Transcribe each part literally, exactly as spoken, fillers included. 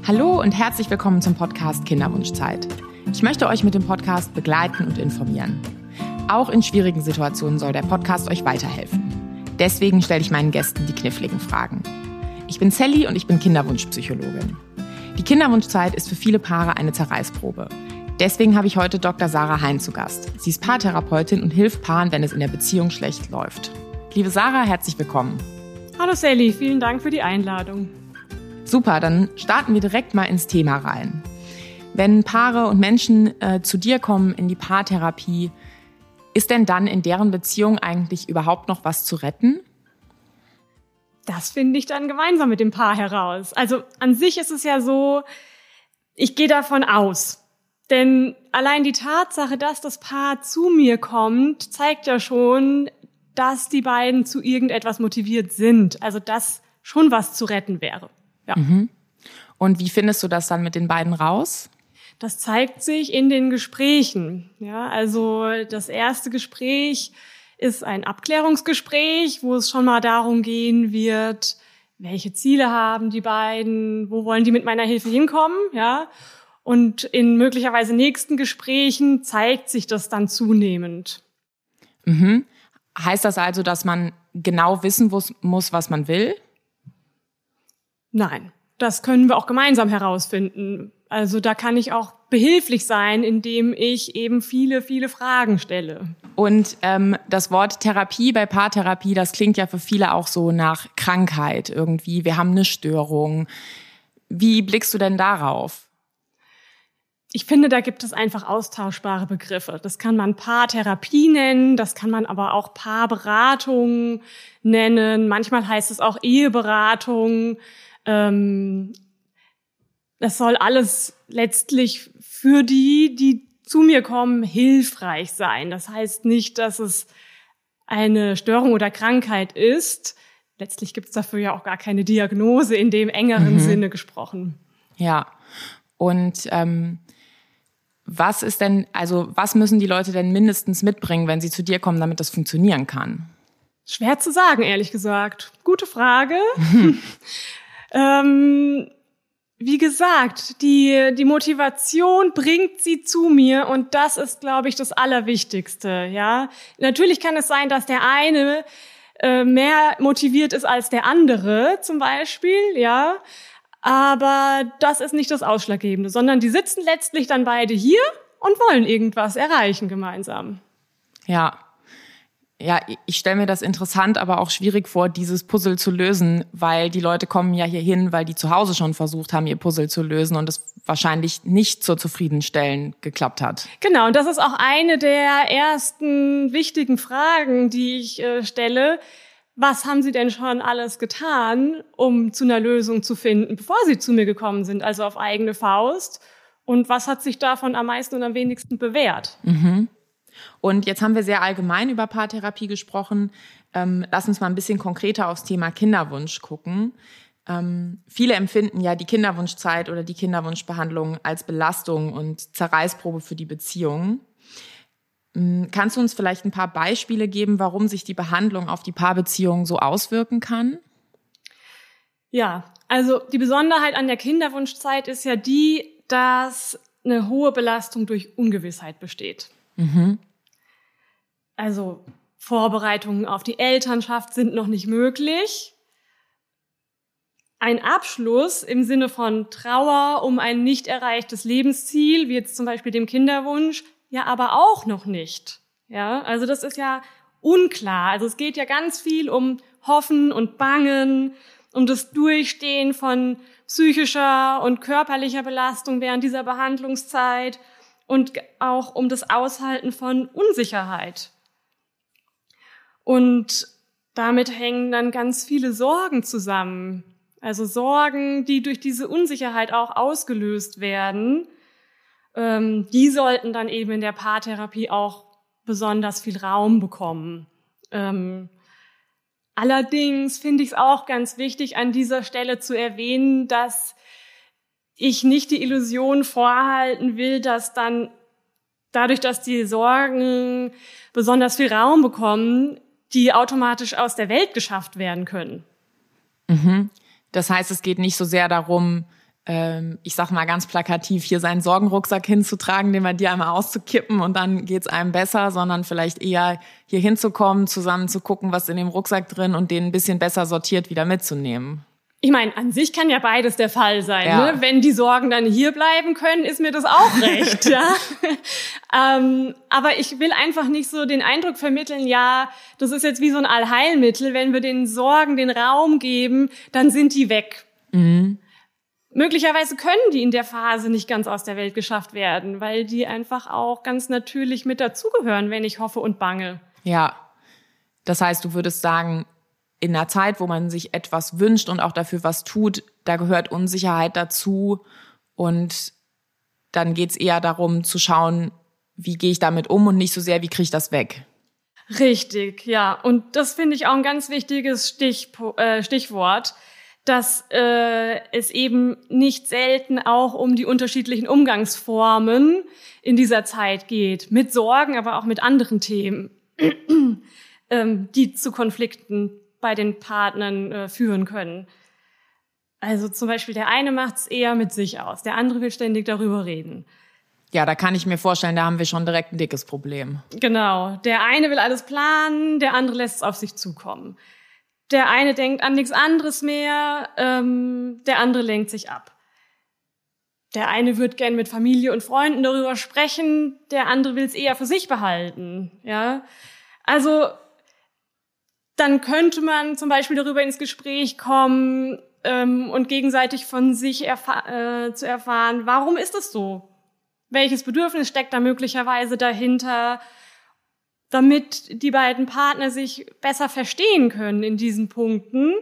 Hallo und herzlich willkommen zum Podcast Kinderwunschzeit. Ich möchte euch mit dem Podcast begleiten und informieren. Auch in schwierigen Situationen soll der Podcast euch weiterhelfen. Deswegen stelle ich meinen Gästen die kniffligen Fragen. Ich bin Sally und ich bin Kinderwunschpsychologin. Die Kinderwunschzeit ist für viele Paare eine Zerreißprobe. Deswegen habe ich heute Doktor Sarah Hein zu Gast. Sie ist Paartherapeutin und hilft Paaren, wenn es in der Beziehung schlecht läuft. Liebe Sarah, herzlich willkommen. Hallo Sally, vielen Dank für die Einladung. Super, dann starten wir direkt mal ins Thema rein. Wenn Paare und Menschen äh, zu dir kommen in die Paartherapie, ist denn dann in deren Beziehung eigentlich überhaupt noch was zu retten? Das finde ich dann gemeinsam mit dem Paar heraus. Also an sich ist es ja so, ich gehe davon aus. Denn allein die Tatsache, dass das Paar zu mir kommt, zeigt ja schon, dass die beiden zu irgendetwas motiviert sind. Also dass schon was zu retten wäre. Ja. Mhm. Und wie findest du das dann mit den beiden raus? Das zeigt sich in den Gesprächen. Ja, also das erste Gespräch ist ein Abklärungsgespräch, wo es schon mal darum gehen wird, welche Ziele haben die beiden, wo wollen die mit meiner Hilfe hinkommen, ja? Und in möglicherweise nächsten Gesprächen zeigt sich das dann zunehmend. Mhm. Heißt das also, dass man genau wissen muss, was man will? Nein, das können wir auch gemeinsam herausfinden. Also da kann ich auch behilflich sein, indem ich eben viele, viele Fragen stelle. Und ähm, das Wort Therapie bei Paartherapie, das klingt ja für viele auch so nach Krankheit irgendwie. Wir haben eine Störung. Wie blickst du denn darauf? Ich finde, da gibt es einfach austauschbare Begriffe. Das kann man Paartherapie nennen, das kann man aber auch Paarberatung nennen. Manchmal heißt es auch Eheberatung. Ähm, das soll alles letztlich für die, die zu mir kommen, hilfreich sein. Das heißt nicht, dass es eine Störung oder Krankheit ist. Letztlich gibt es dafür ja auch gar keine Diagnose in dem engeren mhm. Sinne gesprochen. Ja, und ähm, was ist denn, also was müssen die Leute denn mindestens mitbringen, wenn sie zu dir kommen, damit das funktionieren kann? Schwer zu sagen, ehrlich gesagt. Gute Frage. ähm, wie gesagt, die, die Motivation bringt sie zu mir und das ist, glaube ich, das Allerwichtigste, ja. Natürlich kann es sein, dass der eine äh, mehr motiviert ist als der andere, zum Beispiel, ja. Aber das ist nicht das Ausschlaggebende, sondern die sitzen letztlich dann beide hier und wollen irgendwas erreichen gemeinsam. Ja, ja, ich stelle mir das interessant, aber auch schwierig vor, dieses Puzzle zu lösen, weil die Leute kommen ja hier hin, weil die zu Hause schon versucht haben, ihr Puzzle zu lösen und es wahrscheinlich nicht zur Zufriedenstellen geklappt hat. Genau, und das ist auch eine der ersten wichtigen Fragen, die ich äh, stelle. Was haben Sie denn schon alles getan, um zu einer Lösung zu finden, bevor Sie zu mir gekommen sind, also auf eigene Faust? Und was hat sich davon am meisten und am wenigsten bewährt? Mhm. Und jetzt haben wir sehr allgemein über Paartherapie gesprochen. Ähm, lass uns mal ein bisschen konkreter aufs Thema Kinderwunsch gucken. Ähm, viele empfinden ja die Kinderwunschzeit oder die Kinderwunschbehandlung als Belastung und Zerreißprobe für die Beziehung. Kannst du uns vielleicht ein paar Beispiele geben, warum sich die Behandlung auf die Paarbeziehung so auswirken kann? Ja, also die Besonderheit an der Kinderwunschzeit ist ja die, dass eine hohe Belastung durch Ungewissheit besteht. Mhm. Also Vorbereitungen auf die Elternschaft sind noch nicht möglich. Ein Abschluss im Sinne von Trauer um ein nicht erreichtes Lebensziel, wie jetzt zum Beispiel dem Kinderwunsch, ja, aber auch noch nicht. Ja, also das ist ja unklar. Also es geht ja ganz viel um Hoffen und Bangen, um das Durchstehen von psychischer und körperlicher Belastung während dieser Behandlungszeit und auch um das Aushalten von Unsicherheit. Und damit hängen dann ganz viele Sorgen zusammen. Also Sorgen, die durch diese Unsicherheit auch ausgelöst werden. Ähm, die sollten dann eben in der Paartherapie auch besonders viel Raum bekommen. Ähm, allerdings finde ich es auch ganz wichtig, an dieser Stelle zu erwähnen, dass ich nicht die Illusion vorhalten will, dass dann dadurch, dass die Sorgen besonders viel Raum bekommen, die automatisch aus der Welt geschafft werden können. Mhm. Das heißt, es geht nicht so sehr darum, ähm, ich sag mal ganz plakativ, hier seinen Sorgenrucksack hinzutragen, den bei dir einmal auszukippen und dann geht's einem besser, sondern vielleicht eher hier hinzukommen, zusammen zu gucken, was in dem Rucksack drin und den ein bisschen besser sortiert wieder mitzunehmen. Ich meine, an sich kann ja beides der Fall sein. Ja. Ne? Wenn die Sorgen dann hier bleiben können, ist mir das auch recht. ja. ähm, aber ich will einfach nicht so den Eindruck vermitteln, ja, das ist jetzt wie so ein Allheilmittel. Wenn wir den Sorgen den Raum geben, dann sind die weg. Mhm. Möglicherweise können die in der Phase nicht ganz aus der Welt geschafft werden, weil die einfach auch ganz natürlich mit dazugehören, wenn ich hoffe und bange. Ja, das heißt, du würdest sagen, in einer Zeit, wo man sich etwas wünscht und auch dafür was tut, da gehört Unsicherheit dazu und dann geht's eher darum zu schauen, wie gehe ich damit um und nicht so sehr, wie kriege ich das weg. Richtig, ja. Und das finde ich auch ein ganz wichtiges Stichpo- äh, Stichwort, dass äh, es eben nicht selten auch um die unterschiedlichen Umgangsformen in dieser Zeit geht, mit Sorgen, aber auch mit anderen Themen, ähm, die zu Konflikten bei den Partnern äh, führen können. Also zum Beispiel der eine macht es eher mit sich aus, der andere will ständig darüber reden. Ja, da kann ich mir vorstellen, da haben wir schon direkt ein dickes Problem. Genau, der eine will alles planen, der andere lässt es auf sich zukommen. Der eine denkt an nichts anderes mehr, ähm, der andere lenkt sich ab. Der eine wird gern mit Familie und Freunden darüber sprechen, der andere will es eher für sich behalten. Ja, also dann könnte man zum Beispiel darüber ins Gespräch kommen ähm, und gegenseitig von sich erfa- äh, zu erfahren, warum ist es so? Welches Bedürfnis steckt da möglicherweise dahinter, damit die beiden Partner sich besser verstehen können in diesen Punkten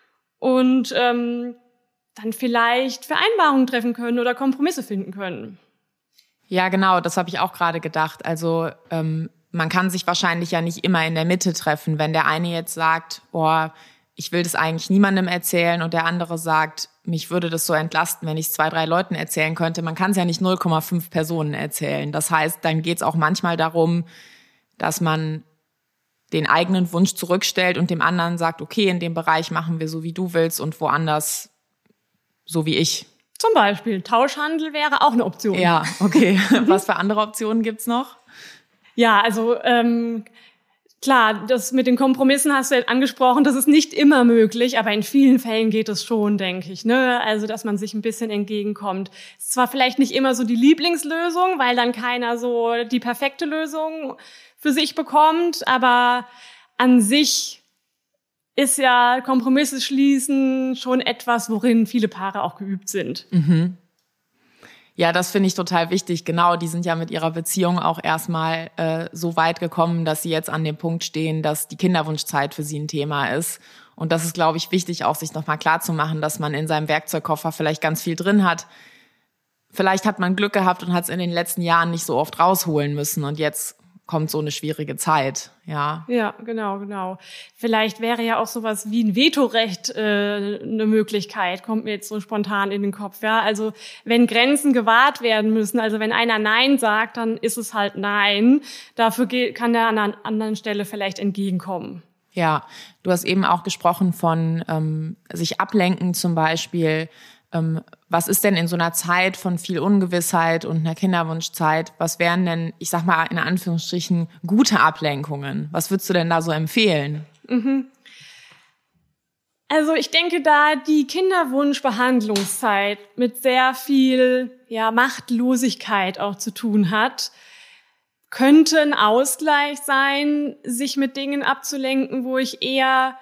und ähm, dann vielleicht Vereinbarungen treffen können oder Kompromisse finden können. Ja, genau, das habe ich auch gerade gedacht. Also ähm, man kann sich wahrscheinlich ja nicht immer in der Mitte treffen, wenn der eine jetzt sagt, boah, ich will das eigentlich niemandem erzählen und der andere sagt, mich würde das so entlasten, wenn ich es zwei, drei Leuten erzählen könnte. Man kann es ja nicht null Komma fünf Personen erzählen. Das heißt, dann geht es auch manchmal darum, dass man den eigenen Wunsch zurückstellt und dem anderen sagt, okay, in dem Bereich machen wir so, wie du willst und woanders so wie ich. Zum Beispiel Tauschhandel wäre auch eine Option. Ja, okay. Was für andere Optionen gibt's noch? Ja, also ähm, klar, das mit den Kompromissen hast du ja angesprochen, das ist nicht immer möglich, aber in vielen Fällen geht es schon, denke ich. Ne? Also, dass man sich ein bisschen entgegenkommt. Ist zwar vielleicht nicht immer so die Lieblingslösung, weil dann keiner so die perfekte Lösung für sich bekommt, aber an sich ist ja Kompromisse schließen schon etwas, worin viele Paare auch geübt sind. Mhm. Ja, das finde ich total wichtig. Genau, die sind ja mit ihrer Beziehung auch erstmal äh, so weit gekommen, dass sie jetzt an dem Punkt stehen, dass die Kinderwunschzeit für sie ein Thema ist. Und das ist, glaube ich, wichtig, auch sich nochmal klarzumachen, dass man in seinem Werkzeugkoffer vielleicht ganz viel drin hat. Vielleicht hat man Glück gehabt und hat es in den letzten Jahren nicht so oft rausholen müssen. Und jetzt kommt so eine schwierige Zeit, ja. Ja, genau, genau. Vielleicht wäre ja auch sowas wie ein Vetorecht äh, eine Möglichkeit, kommt mir jetzt so spontan in den Kopf, ja. Also wenn Grenzen gewahrt werden müssen, also wenn einer Nein sagt, dann ist es halt Nein. Dafür kann der an einer anderen Stelle vielleicht entgegenkommen. Ja, du hast eben auch gesprochen von ähm, sich ablenken zum Beispiel. Ähm, was ist denn in so einer Zeit von viel Ungewissheit und einer Kinderwunschzeit, was wären denn, ich sag mal in Anführungsstrichen, gute Ablenkungen? Was würdest du denn da so empfehlen? Mhm. Also ich denke, da die Kinderwunschbehandlungszeit mit sehr viel ja, Machtlosigkeit auch zu tun hat, könnte ein Ausgleich sein, sich mit Dingen abzulenken, wo ich eher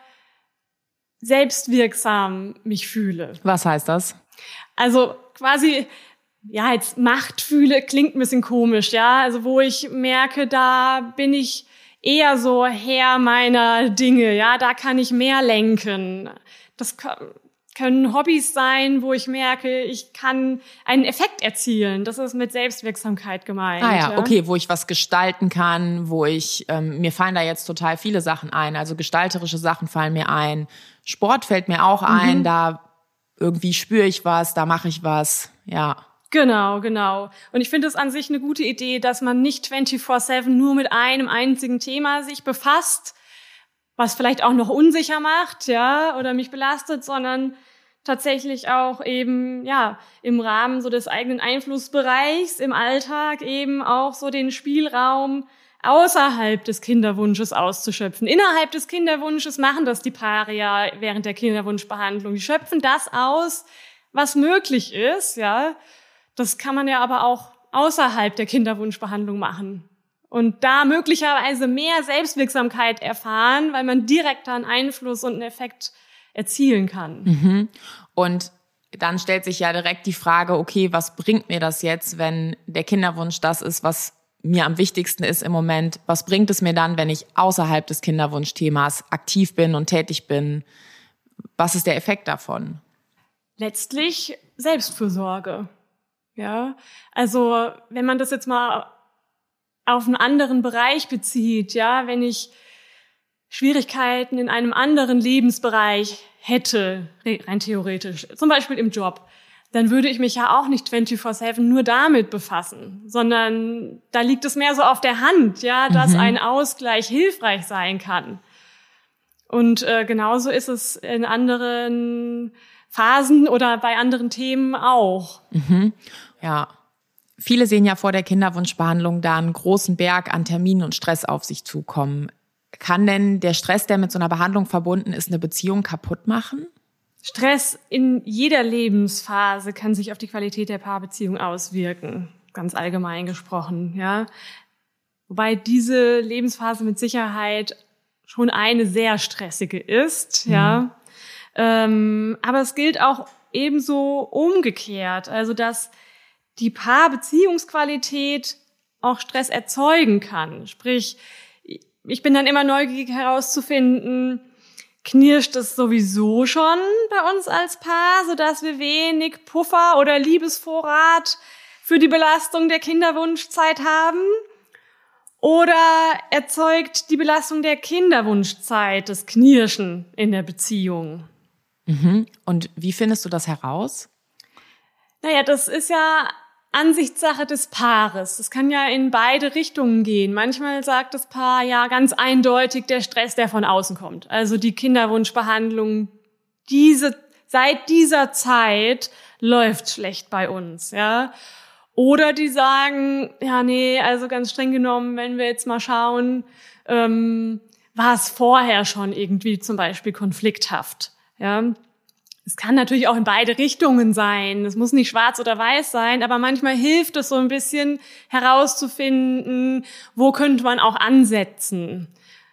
selbstwirksam mich fühle. Was heißt das? Also quasi, ja, jetzt Macht fühle, klingt ein bisschen komisch, ja. Also wo ich merke, da bin ich eher so Herr meiner Dinge, ja. Da kann ich mehr lenken. Das können Hobbys sein, wo ich merke, ich kann einen Effekt erzielen. Das ist mit Selbstwirksamkeit gemeint. Ah ja, ja? Okay, wo ich was gestalten kann, wo ich, ähm, mir fallen da jetzt total viele Sachen ein. Also gestalterische Sachen fallen mir ein. Sport fällt mir auch ein, mhm. da irgendwie spüre ich was, da mache ich was, ja. Genau, genau. Und ich finde es an sich eine gute Idee, dass man nicht vierundzwanzig sieben nur mit einem einzigen Thema sich befasst, was vielleicht auch noch unsicher macht, ja, oder mich belastet, sondern tatsächlich auch eben, ja, im Rahmen so des eigenen Einflussbereichs im Alltag eben auch so den Spielraum außerhalb des Kinderwunsches auszuschöpfen. Innerhalb des Kinderwunsches machen das die Paare ja während der Kinderwunschbehandlung. Die schöpfen das aus, was möglich ist, ja. Das kann man ja aber auch außerhalb der Kinderwunschbehandlung machen. Und da möglicherweise mehr Selbstwirksamkeit erfahren, weil man direkt einen Einfluss und einen Effekt erzielen kann. Mhm. Und dann stellt sich ja direkt die Frage, okay, was bringt mir das jetzt, wenn der Kinderwunsch das ist, was mir am wichtigsten ist im Moment? Was bringt es mir dann, wenn ich außerhalb des Kinderwunschthemas aktiv bin und tätig bin? Was ist der Effekt davon? Letztlich Selbstfürsorge. Ja, also wenn man das jetzt mal auf einen anderen Bereich bezieht, ja, wenn ich Schwierigkeiten in einem anderen Lebensbereich hätte, rein theoretisch, zum Beispiel im Job, dann würde ich mich ja auch nicht vierundzwanzig sieben nur damit befassen, sondern da liegt es mehr so auf der Hand, ja, dass mhm. ein Ausgleich hilfreich sein kann. Und äh, genauso ist es in anderen Phasen oder bei anderen Themen auch. Mhm. Ja, viele sehen ja vor der Kinderwunschbehandlung da einen großen Berg an Terminen und Stress auf sich zukommen. Kann denn der Stress, der mit so einer Behandlung verbunden ist, eine Beziehung kaputt machen? Stress in jeder Lebensphase kann sich auf die Qualität der Paarbeziehung auswirken, ganz allgemein gesprochen, ja. Wobei diese Lebensphase mit Sicherheit schon eine sehr stressige ist, mhm. ja. Ähm, aber es gilt auch ebenso umgekehrt, also dass die Paarbeziehungsqualität auch Stress erzeugen kann. Sprich, ich bin dann immer neugierig herauszufinden, knirscht es sowieso schon bei uns als Paar, sodass wir wenig Puffer oder Liebesvorrat für die Belastung der Kinderwunschzeit haben? Oder erzeugt die Belastung der Kinderwunschzeit das Knirschen in der Beziehung? Mhm. Und wie findest du das heraus? Naja, das ist ja Ansichtssache des Paares. Das kann ja in beide Richtungen gehen. Manchmal sagt das Paar ja ganz eindeutig der Stress, der von außen kommt. Also die Kinderwunschbehandlung, diese, seit dieser Zeit läuft schlecht bei uns, ja. Oder die sagen, ja, nee, also ganz streng genommen, wenn wir jetzt mal schauen, ähm, war es vorher schon irgendwie zum Beispiel konflikthaft, ja. Es kann natürlich auch in beide Richtungen sein. Es muss nicht schwarz oder weiß sein, aber manchmal hilft es so ein bisschen herauszufinden, wo könnte man auch ansetzen.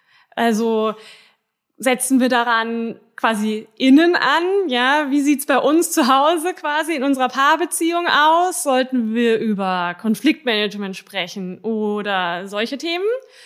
Also setzen wir daran quasi innen an, ja, wie sieht's bei uns zu Hause quasi in unserer Paarbeziehung aus? Sollten wir über Konfliktmanagement sprechen oder solche Themen?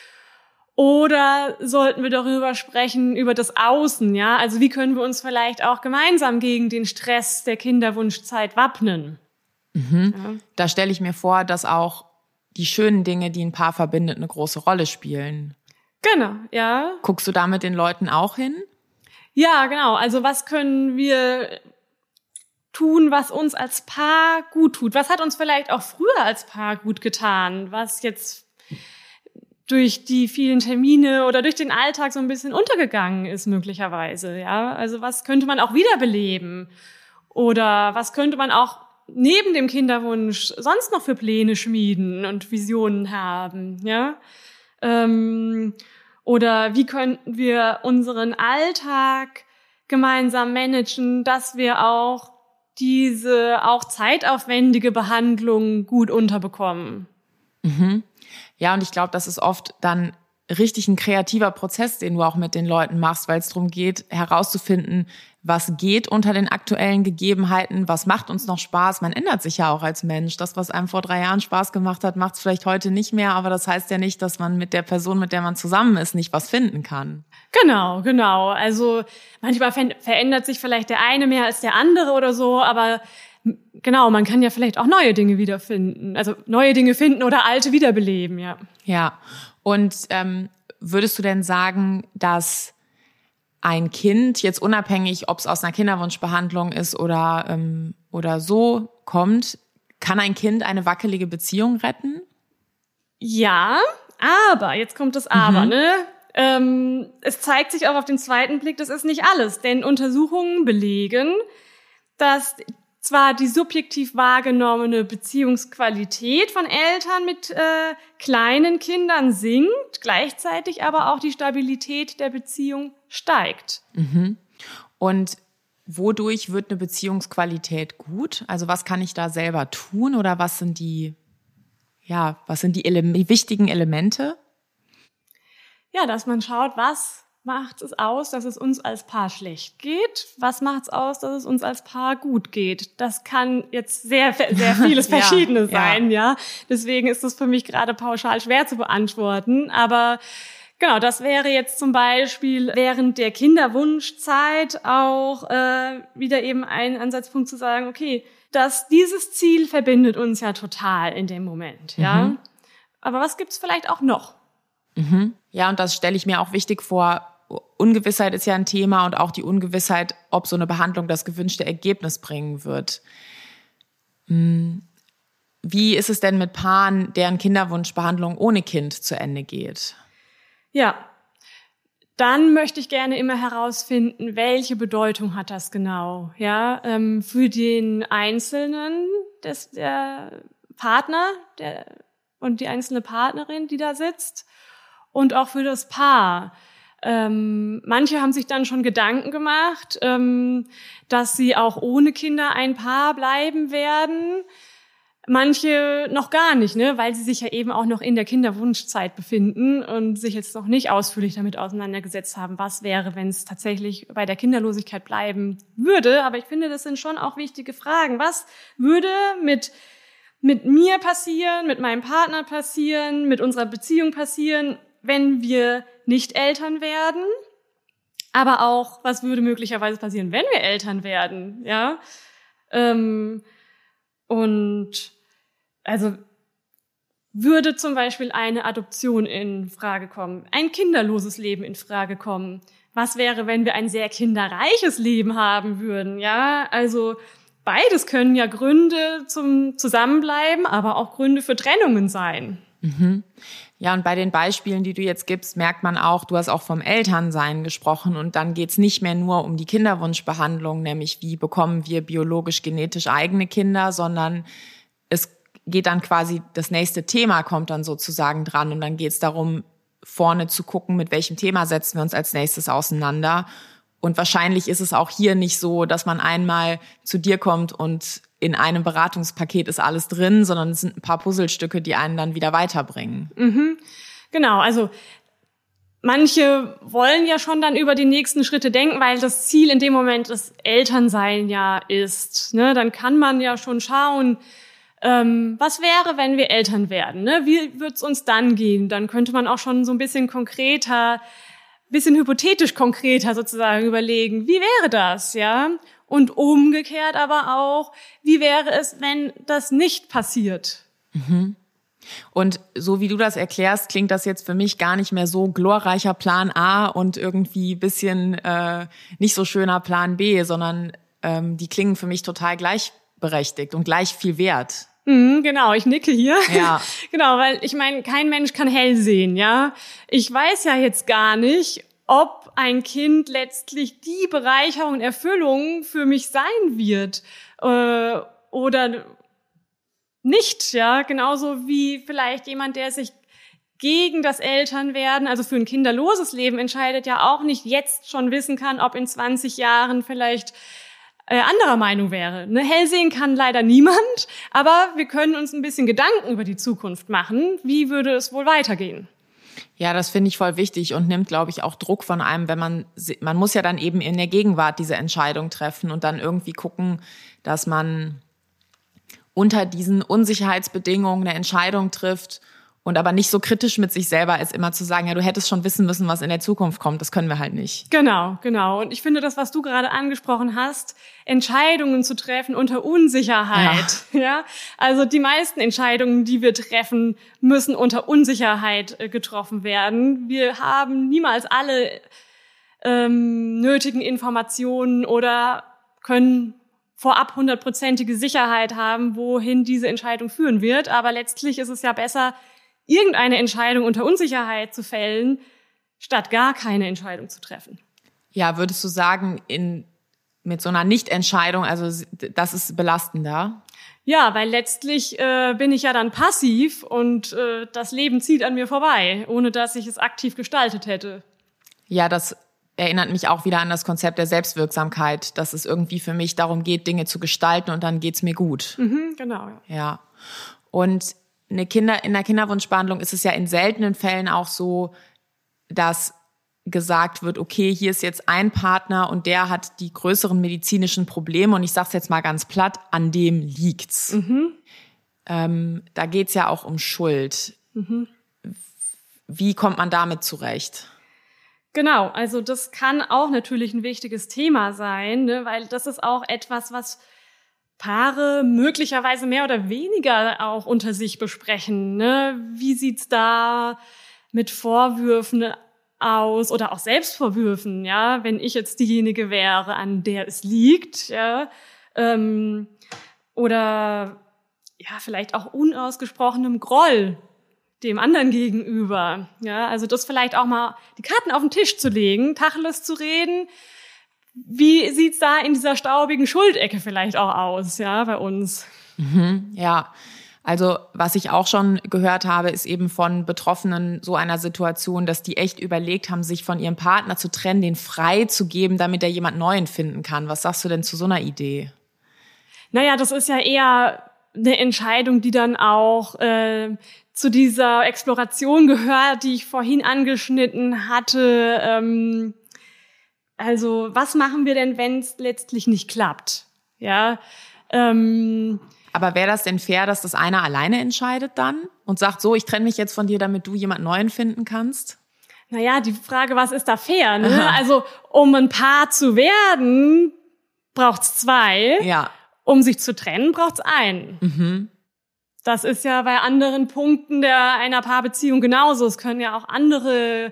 Oder sollten wir darüber sprechen, über das Außen, ja? Also wie können wir uns vielleicht auch gemeinsam gegen den Stress der Kinderwunschzeit wappnen? Mhm. Ja. Da stelle ich mir vor, dass auch die schönen Dinge, die ein Paar verbindet, eine große Rolle spielen. Genau, ja. Guckst du da mit den Leuten auch hin? Ja, genau. Also was können wir tun, was uns als Paar gut tut? Was hat uns vielleicht auch früher als Paar gut getan, was jetzt durch die vielen Termine oder durch den Alltag so ein bisschen untergegangen ist möglicherweise, ja. Also was könnte man auch wiederbeleben? Oder was könnte man auch neben dem Kinderwunsch sonst noch für Pläne schmieden und Visionen haben, ja? Ähm, oder wie könnten wir unseren Alltag gemeinsam managen, dass wir auch diese auch zeitaufwendige Behandlung gut unterbekommen? Mhm. Ja, und ich glaube, das ist oft dann richtig ein kreativer Prozess, den du auch mit den Leuten machst, weil es darum geht, herauszufinden, was geht unter den aktuellen Gegebenheiten, was macht uns noch Spaß. Man ändert sich ja auch als Mensch. Das, was einem vor drei Jahren Spaß gemacht hat, macht es vielleicht heute nicht mehr, aber das heißt ja nicht, dass man mit der Person, mit der man zusammen ist, nicht was finden kann. Genau, genau. Also manchmal verändert sich vielleicht der eine mehr als der andere oder so, aber genau, man kann ja vielleicht auch neue Dinge wiederfinden, also neue Dinge finden oder alte wiederbeleben, ja. Ja, und ähm, würdest du denn sagen, dass ein Kind, jetzt unabhängig, ob es aus einer Kinderwunschbehandlung ist oder ähm, oder so kommt, kann ein Kind eine wackelige Beziehung retten? Ja, aber, jetzt kommt das Aber, mhm. ne? Ähm, es zeigt sich auch auf den zweiten Blick, das ist nicht alles, denn Untersuchungen belegen, dass zwar die subjektiv wahrgenommene Beziehungsqualität von Eltern mit äh, kleinen Kindern sinkt, gleichzeitig aber auch die Stabilität der Beziehung steigt. Mhm. Und wodurch wird eine Beziehungsqualität gut? Also was kann ich da selber tun oder was sind die, ja, was sind die Ele- wichtigen Elemente? Ja, dass man schaut, was macht es aus, dass es uns als Paar schlecht geht? Was macht es aus, dass es uns als Paar gut geht? Das kann jetzt sehr, sehr vieles ja, Verschiedenes sein, ja. ja. Deswegen ist es für mich gerade pauschal schwer zu beantworten. Aber genau, das wäre jetzt zum Beispiel während der Kinderwunschzeit auch äh, wieder eben ein Ansatzpunkt zu sagen, okay, dass dieses Ziel verbindet uns ja total in dem Moment, ja. Mhm. Aber was gibt's vielleicht auch noch? Mhm. Ja, und das stelle ich mir auch wichtig vor. Ungewissheit ist ja ein Thema und auch die Ungewissheit, ob so eine Behandlung das gewünschte Ergebnis bringen wird. Wie ist es denn mit Paaren, deren Kinderwunschbehandlung ohne Kind zu Ende geht? Ja, dann möchte ich gerne immer herausfinden, welche Bedeutung hat das genau, ja, ähm, für den Einzelnen, des, der Partner der, und die einzelne Partnerin, die da sitzt, und auch für das Paar. Ähm, manche haben sich dann schon Gedanken gemacht, ähm, dass sie auch ohne Kinder ein Paar bleiben werden. Manche noch gar nicht, ne, weil sie sich ja eben auch noch in der Kinderwunschzeit befinden und sich jetzt noch nicht ausführlich damit auseinandergesetzt haben, was wäre, wenn es tatsächlich bei der Kinderlosigkeit bleiben würde. Aber ich finde, das sind schon auch wichtige Fragen. Was würde mit mit mir passieren, mit meinem Partner passieren, mit unserer Beziehung passieren, wenn wir nicht Eltern werden? Aber auch, was würde möglicherweise passieren, wenn wir Eltern werden, ja? Ähm, und also würde zum Beispiel eine Adoption in Frage kommen, ein kinderloses Leben in Frage kommen? Was wäre, wenn wir ein sehr kinderreiches Leben haben würden, ja? Also beides können ja Gründe zum Zusammenbleiben, aber auch Gründe für Trennungen sein. Mhm. Ja, und bei den Beispielen, die du jetzt gibst, merkt man auch, du hast auch vom Elternsein gesprochen und dann geht's nicht mehr nur um die Kinderwunschbehandlung, nämlich wie bekommen wir biologisch, genetisch eigene Kinder, sondern es geht dann quasi, das nächste Thema kommt dann sozusagen dran und dann geht's darum, vorne zu gucken, mit welchem Thema setzen wir uns als nächstes auseinander. Und wahrscheinlich ist es auch hier nicht so, dass man einmal zu dir kommt und in einem Beratungspaket ist alles drin, sondern es sind ein paar Puzzlestücke, die einen dann wieder weiterbringen. Mhm. Genau, also manche wollen ja schon dann über die nächsten Schritte denken, weil das Ziel in dem Moment das Elternsein ja ist. Ne? Dann kann man ja schon schauen, ähm, was wäre, wenn wir Eltern werden? Ne? Wie wird's uns dann gehen? Dann könnte man auch schon so ein bisschen konkreter, bisschen hypothetisch konkreter sozusagen überlegen, wie wäre das, ja? Und umgekehrt aber auch, wie wäre es, wenn das nicht passiert? Mhm. Und so wie du das erklärst, klingt das jetzt für mich gar nicht mehr so glorreicher Plan A und irgendwie bisschen äh, nicht so schöner Plan B, sondern ähm, die klingen für mich total gleichberechtigt und gleich viel wert. Mhm, genau, ich nicke hier. Ja. Genau, weil ich meine, kein Mensch kann hell sehen, ja. Ich weiß ja jetzt gar nicht, ob ein Kind letztlich die Bereicherung und Erfüllung für mich sein wird äh, oder nicht, ja. Genauso wie vielleicht jemand, der sich gegen das Elternwerden, also für ein kinderloses Leben entscheidet, ja auch nicht jetzt schon wissen kann, ob in zwanzig Jahren vielleicht äh, anderer Meinung wäre. Ne? Hell sehen kann leider niemand, aber wir können uns ein bisschen Gedanken über die Zukunft machen. Wie würde es wohl weitergehen? Ja, das finde ich voll wichtig und nimmt, glaube ich, auch Druck von einem, wenn man, man muss ja dann eben in der Gegenwart diese Entscheidung treffen und dann irgendwie gucken, dass man unter diesen Unsicherheitsbedingungen eine Entscheidung trifft und aber nicht so kritisch mit sich selber ist, immer zu sagen, ja, du hättest schon wissen müssen, was in der Zukunft kommt. Das können wir halt nicht. Genau, genau. Und ich finde das, was du gerade angesprochen hast, Entscheidungen zu treffen unter Unsicherheit. Ja. ja? Also die meisten Entscheidungen, die wir treffen, müssen unter Unsicherheit äh, getroffen werden. Wir haben niemals alle ähm, nötigen Informationen oder können vorab hundertprozentige Sicherheit haben, wohin diese Entscheidung führen wird. Aber letztlich ist es ja besser, irgendeine Entscheidung unter Unsicherheit zu fällen, statt gar keine Entscheidung zu treffen. Ja, würdest du sagen, in mit so einer Nichtentscheidung, also das ist belastender? Ja, weil letztlich äh, bin ich ja dann passiv und äh, das Leben zieht an mir vorbei, ohne dass ich es aktiv gestaltet hätte. Ja, das erinnert mich auch wieder an das Konzept der Selbstwirksamkeit, dass es irgendwie für mich darum geht, Dinge zu gestalten und dann geht's mir gut. Mhm, genau. Ja. Ja. Und eine Kinder, in der Kinderwunschbehandlung ist es ja in seltenen Fällen auch so, dass gesagt wird, okay, hier ist jetzt ein Partner und der hat die größeren medizinischen Probleme und ich sag's jetzt mal ganz platt, an dem liegt's. Mhm. Ähm, da geht's ja auch um Schuld. Mhm. Wie kommt man damit zurecht? Genau, also das kann auch natürlich ein wichtiges Thema sein, ne, weil das ist auch etwas, was Paare möglicherweise mehr oder weniger auch unter sich besprechen. Ne? Wie sieht's da mit Vorwürfen aus oder auch Selbstvorwürfen, ja, wenn ich jetzt diejenige wäre, an der es liegt, ja, ähm, oder ja, vielleicht auch unausgesprochenem Groll dem anderen gegenüber, ja, also das vielleicht auch mal die Karten auf den Tisch zu legen, Tacheles zu reden. Wie sieht's da in dieser staubigen Schuldecke vielleicht auch aus, ja, bei uns? Mhm, ja. Also was ich auch schon gehört habe, ist eben von Betroffenen so einer Situation, dass die echt überlegt haben, sich von ihrem Partner zu trennen, den frei zu geben, damit er jemand Neuen finden kann. Was sagst du denn zu so einer Idee? Naja, das ist ja eher eine Entscheidung, die dann auch äh, zu dieser Exploration gehört, die ich vorhin angeschnitten hatte. Ähm, also was machen wir denn, wenn es letztlich nicht klappt? Ja. Ähm, Aber wäre das denn fair, dass das einer alleine entscheidet dann und sagt, so, ich trenne mich jetzt von dir, damit du jemand Neuen finden kannst? Naja, die Frage, was ist da fair? Ne? Also um ein Paar zu werden, braucht's zwei. Ja. Um sich zu trennen, braucht's einen. Mhm. Das ist ja bei anderen Punkten der einer Paarbeziehung genauso. Es können ja auch andere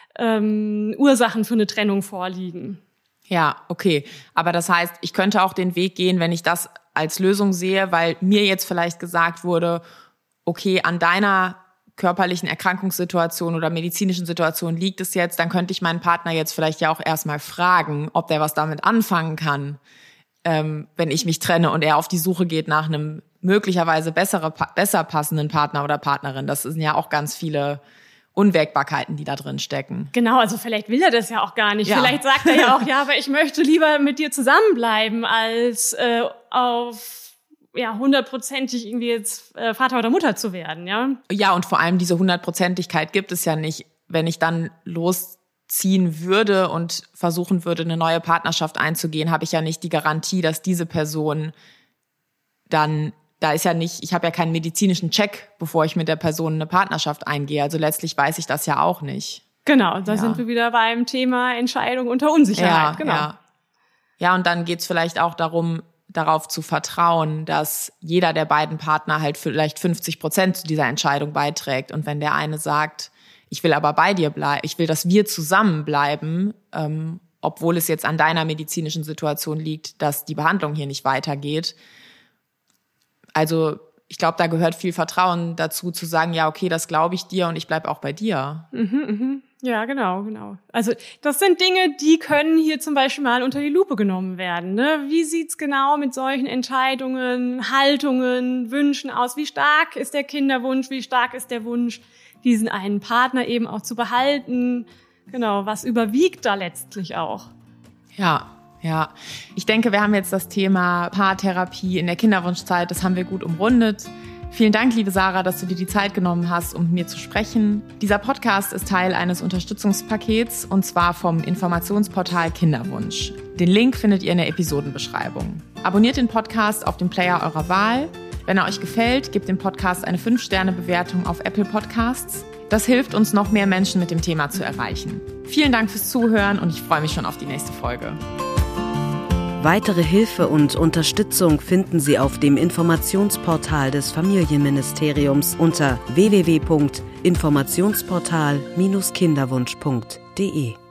ähm, Ursachen für eine Trennung vorliegen. Ja, okay. Aber das heißt, ich könnte auch den Weg gehen, wenn ich das als Lösung sehe, weil mir jetzt vielleicht gesagt wurde, okay, an deiner körperlichen Erkrankungssituation oder medizinischen Situation liegt es jetzt, dann könnte ich meinen Partner jetzt vielleicht ja auch erstmal fragen, ob der was damit anfangen kann, ähm, wenn ich mich trenne und er auf die Suche geht nach einem möglicherweise bessere, besser passenden Partner oder Partnerin. Das sind ja auch ganz viele Unwägbarkeiten, die da drin stecken. Genau, also vielleicht will er das ja auch gar nicht. Ja. Vielleicht sagt er ja auch, ja, aber ich möchte lieber mit dir zusammenbleiben, als äh, auf ja hundertprozentig irgendwie jetzt äh, Vater oder Mutter zu werden, ja. Ja, und vor allem diese Hundertprozentigkeit gibt es ja nicht, wenn ich dann losziehen würde und versuchen würde, eine neue Partnerschaft einzugehen, habe ich ja nicht die Garantie, dass diese Person dann Da ist ja nicht, ich habe ja keinen medizinischen Check, bevor ich mit der Person eine Partnerschaft eingehe. Also letztlich weiß ich das ja auch nicht. Genau, da ja. sind wir wieder beim Thema Entscheidung unter Unsicherheit. Ja, genau. Ja, ja und dann geht's vielleicht auch darum, darauf zu vertrauen, dass jeder der beiden Partner halt vielleicht fünfzig Prozent zu dieser Entscheidung beiträgt. Und wenn der eine sagt, ich will aber bei dir bleiben, ich will, dass wir zusammenbleiben, ähm, obwohl es jetzt an deiner medizinischen Situation liegt, dass die Behandlung hier nicht weitergeht. Also ich glaube, da gehört viel Vertrauen dazu, zu sagen, ja, okay, das glaube ich dir und ich bleib auch bei dir. Mhm, mhm. Ja, genau, genau. Also das sind Dinge, die können hier zum Beispiel mal unter die Lupe genommen werden. Ne? Wie sieht's genau mit solchen Entscheidungen, Haltungen, Wünschen aus? Wie stark ist der Kinderwunsch? Wie stark ist der Wunsch, diesen einen Partner eben auch zu behalten? Genau, was überwiegt da letztlich auch? Ja. Ja, ich denke, wir haben jetzt das Thema Paartherapie in der Kinderwunschzeit, das haben wir gut umrundet. Vielen Dank, liebe Sarah, dass du dir die Zeit genommen hast, um mit mir zu sprechen. Dieser Podcast ist Teil eines Unterstützungspakets und zwar vom Informationsportal Kinderwunsch. Den Link findet ihr in der Episodenbeschreibung. Abonniert den Podcast auf dem Player eurer Wahl. Wenn er euch gefällt, gebt dem Podcast eine fünf Sterne Bewertung auf Apple Podcasts. Das hilft uns, noch mehr Menschen mit dem Thema zu erreichen. Vielen Dank fürs Zuhören und ich freue mich schon auf die nächste Folge. Weitere Hilfe und Unterstützung finden Sie auf dem Informationsportal des Familienministeriums unter w w w punkt informationsportal Bindestrich kinderwunsch punkt d e.